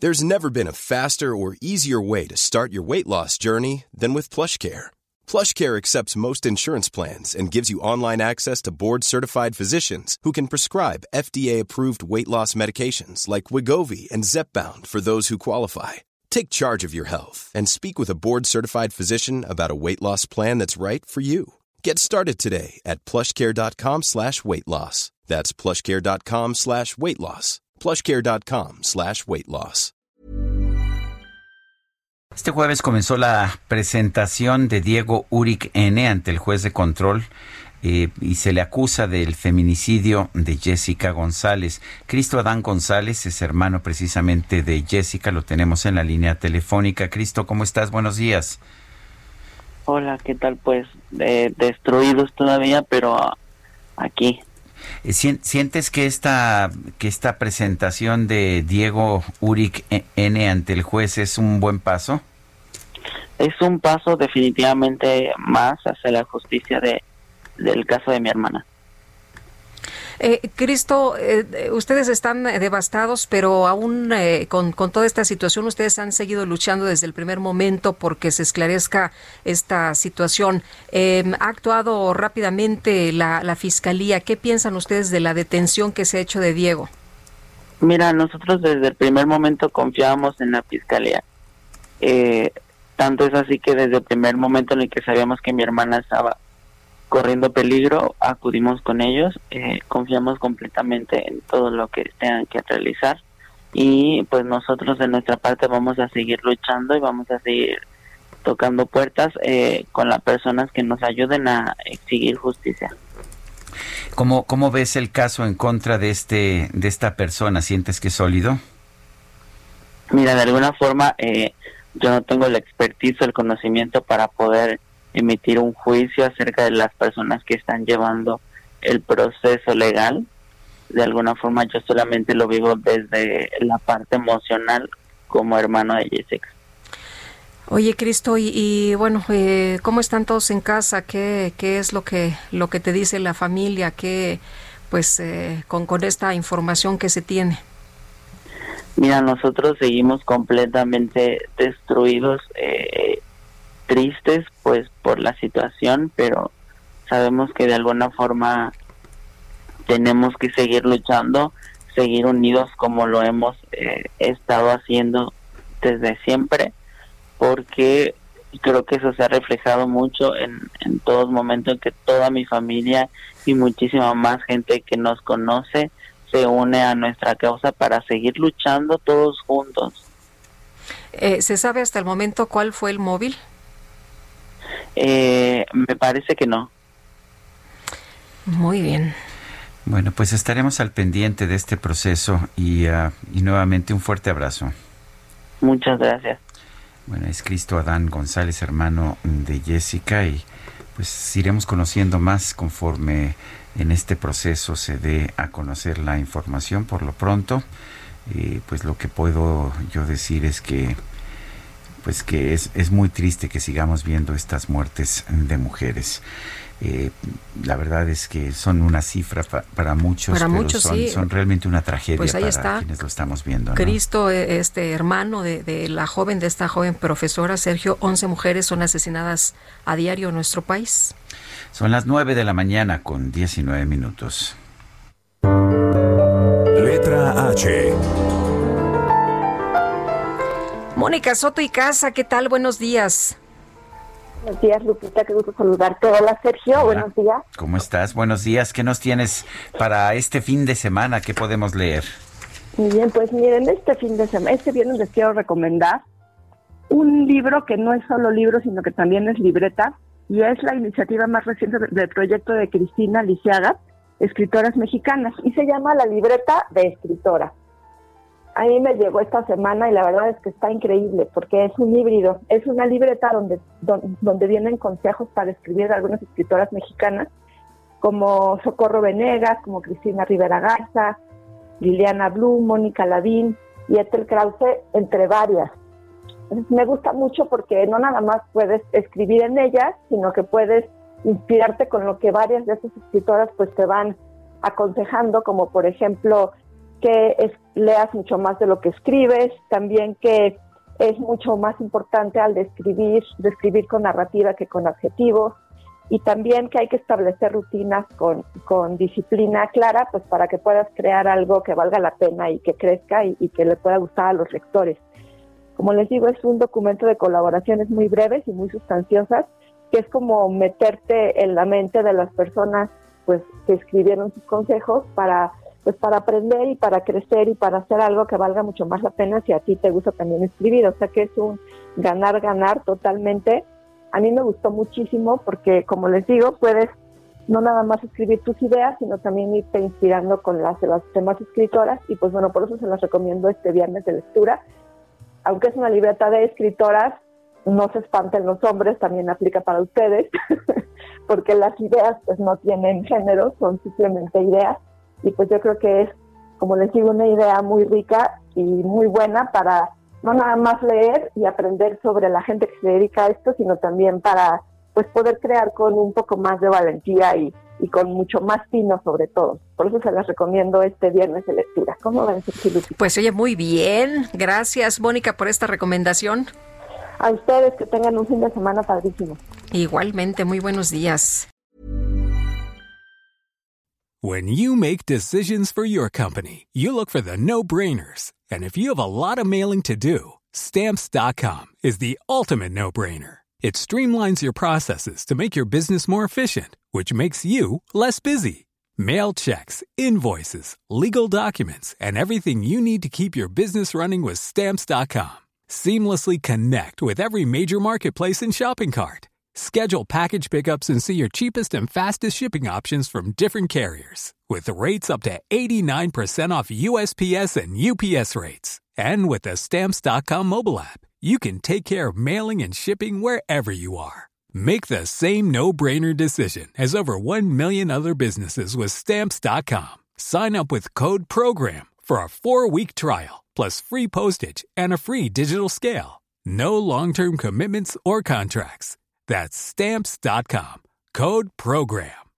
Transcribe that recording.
There's never been a faster or easier way to start your weight loss journey than with PlushCare. PlushCare accepts most insurance plans and gives you online access to board-certified physicians who can prescribe FDA-approved weight loss medications like Wegovy and Zepbound for those who qualify. Take charge of your health and speak with a board-certified physician about a weight loss plan that's right for you. Get started today at plushcare.com/weight loss. That's plushcare.com/weight loss. plushcare.com/weight loss. Este jueves comenzó la presentación de Diego Uric N. ante el juez de control y se le acusa del feminicidio de Jessica González. Cristo Adán González es hermano precisamente de Jessica, lo tenemos en la línea telefónica. Cristo, ¿cómo estás? Buenos días. Hola, ¿qué tal? Pues destruidos todavía, pero aquí. ¿Sientes que esta presentación de Diego Uric N. ante el juez es un buen paso? Es un paso definitivamente más hacia la justicia del caso de mi hermana. Cristo, ustedes están devastados, pero aún con toda esta situación, ustedes han seguido luchando desde el primer momento porque se esclarezca esta situación. ¿Ha actuado rápidamente la Fiscalía? ¿Qué piensan ustedes de la detención que se ha hecho de Diego? Mira, nosotros desde el primer momento confiábamos en la Fiscalía. Tanto es así que desde el primer momento en el que sabíamos que mi hermana estaba corriendo peligro, acudimos con ellos, confiamos completamente en todo lo que tengan que realizar y pues nosotros de nuestra parte vamos a seguir luchando y vamos a seguir tocando puertas con las personas que nos ayuden a exigir justicia. ¿Cómo ves el caso en contra de esta persona? ¿Sientes que es sólido? Mira, de alguna forma yo no tengo la expertise o el conocimiento para poder emitir un juicio acerca de las personas que están llevando el proceso legal. De alguna forma yo solamente lo vivo desde la parte emocional como hermano de Jessica. Oye, Cristo, y bueno, ¿cómo están todos en casa? ¿Qué es lo que te dice la familia? ¿Qué, pues, con esta información que se tiene? Mira, nosotros seguimos completamente destruidos, tristes pues por la situación, pero sabemos que de alguna forma tenemos que seguir luchando, seguir unidos como lo hemos estado haciendo desde siempre, porque creo que eso se ha reflejado mucho en todo momento en que toda mi familia y muchísima más gente que nos conoce se une a nuestra causa para seguir luchando todos juntos. ¿Se sabe hasta el momento cuál fue el móvil? Me parece que no. Muy bien. Bueno, pues estaremos al pendiente de este proceso y nuevamente un fuerte abrazo. Muchas gracias. Bueno, es Cristo Adán González, hermano de Jessica, y pues iremos conociendo más conforme en este proceso se dé a conocer la información. Por lo pronto, pues lo que puedo yo decir es que pues que es muy triste que sigamos viendo estas muertes de mujeres. La verdad es que son una cifra para muchos, son realmente una tragedia pues ahí para está, quienes lo estamos viendo, ¿no? Cristo, hermano de esta joven profesora, Sergio, 11 mujeres son asesinadas a diario en nuestro país. Son las 9 de la mañana con 19 minutos. Letra H. Mónica Soto y Casa, ¿qué tal? Buenos días. Buenos días, Lupita, qué gusto saludarte. Hola, Sergio, Hola. Buenos días. ¿Cómo estás? Buenos días. ¿Qué nos tienes para este fin de semana? ¿Qué podemos leer? Muy bien, pues miren, este viernes les quiero recomendar un libro que no es solo libro, sino que también es libreta, y es la iniciativa más reciente del proyecto de Cristina Lisiaga, Escritoras Mexicanas, y se llama La Libreta de Escritora. A mí me llegó esta semana y la verdad es que está increíble porque es un híbrido, es una libreta donde vienen consejos para escribir de algunas escritoras mexicanas como Socorro Venegas, como Cristina Rivera Garza, Liliana Blum, Mónica Lavín y Ethel Krause, entre varias. Entonces, me gusta mucho porque no nada más puedes escribir en ellas, sino que puedes inspirarte con lo que varias de esas escritoras pues te van aconsejando, como por ejemplo que leas mucho más de lo que escribes, también que es mucho más importante al describir con narrativa que con adjetivos, y también que hay que establecer rutinas con disciplina clara, pues para que puedas crear algo que valga la pena y que crezca y que le pueda gustar a los lectores. Como les digo, es un documento de colaboraciones muy breves y muy sustanciosas, que es como meterte en la mente de las personas pues que escribieron sus consejos para aprender y para crecer y para hacer algo que valga mucho más la pena si a ti te gusta también escribir. O sea que es un ganar totalmente. A mí me gustó muchísimo porque, como les digo, puedes no nada más escribir tus ideas, sino también irte inspirando con las de las demás escritoras, y pues bueno, por eso se las recomiendo este viernes de lectura. Aunque es una libreta de escritoras, no se espanten los hombres, también aplica para ustedes, porque las ideas pues no tienen género, son simplemente ideas, y pues yo creo que es, como les digo, una idea muy rica y muy buena para no nada más leer y aprender sobre la gente que se dedica a esto, sino también para pues poder crear con un poco más de valentía y con mucho más tino sobre todo. Por eso se las recomiendo este viernes de lectura. ¿Cómo ven, Lucy? Pues oye, muy bien. Gracias, Mónica, por esta recomendación. A ustedes, que tengan un fin de semana padrísimo. Igualmente, muy buenos días. When you make decisions for your company, you look for the no-brainers. And if you have a lot of mailing to do, Stamps.com is the ultimate no-brainer. It streamlines your processes to make your business more efficient, which makes you less busy. Mail checks, invoices, legal documents, and everything you need to keep your business running with Stamps.com. Seamlessly connect with every major marketplace and shopping cart. Schedule package pickups and see your cheapest and fastest shipping options from different carriers, with rates up to 89% off USPS and UPS rates. And with the Stamps.com mobile app, you can take care of mailing and shipping wherever you are. Make the same no-brainer decision as over 1 million other businesses with Stamps.com. Sign up with code PROGRAM for a 4-week trial, plus free postage and a free digital scale. No long-term commitments or contracts. That's Stamps.com. Code PROGRAM.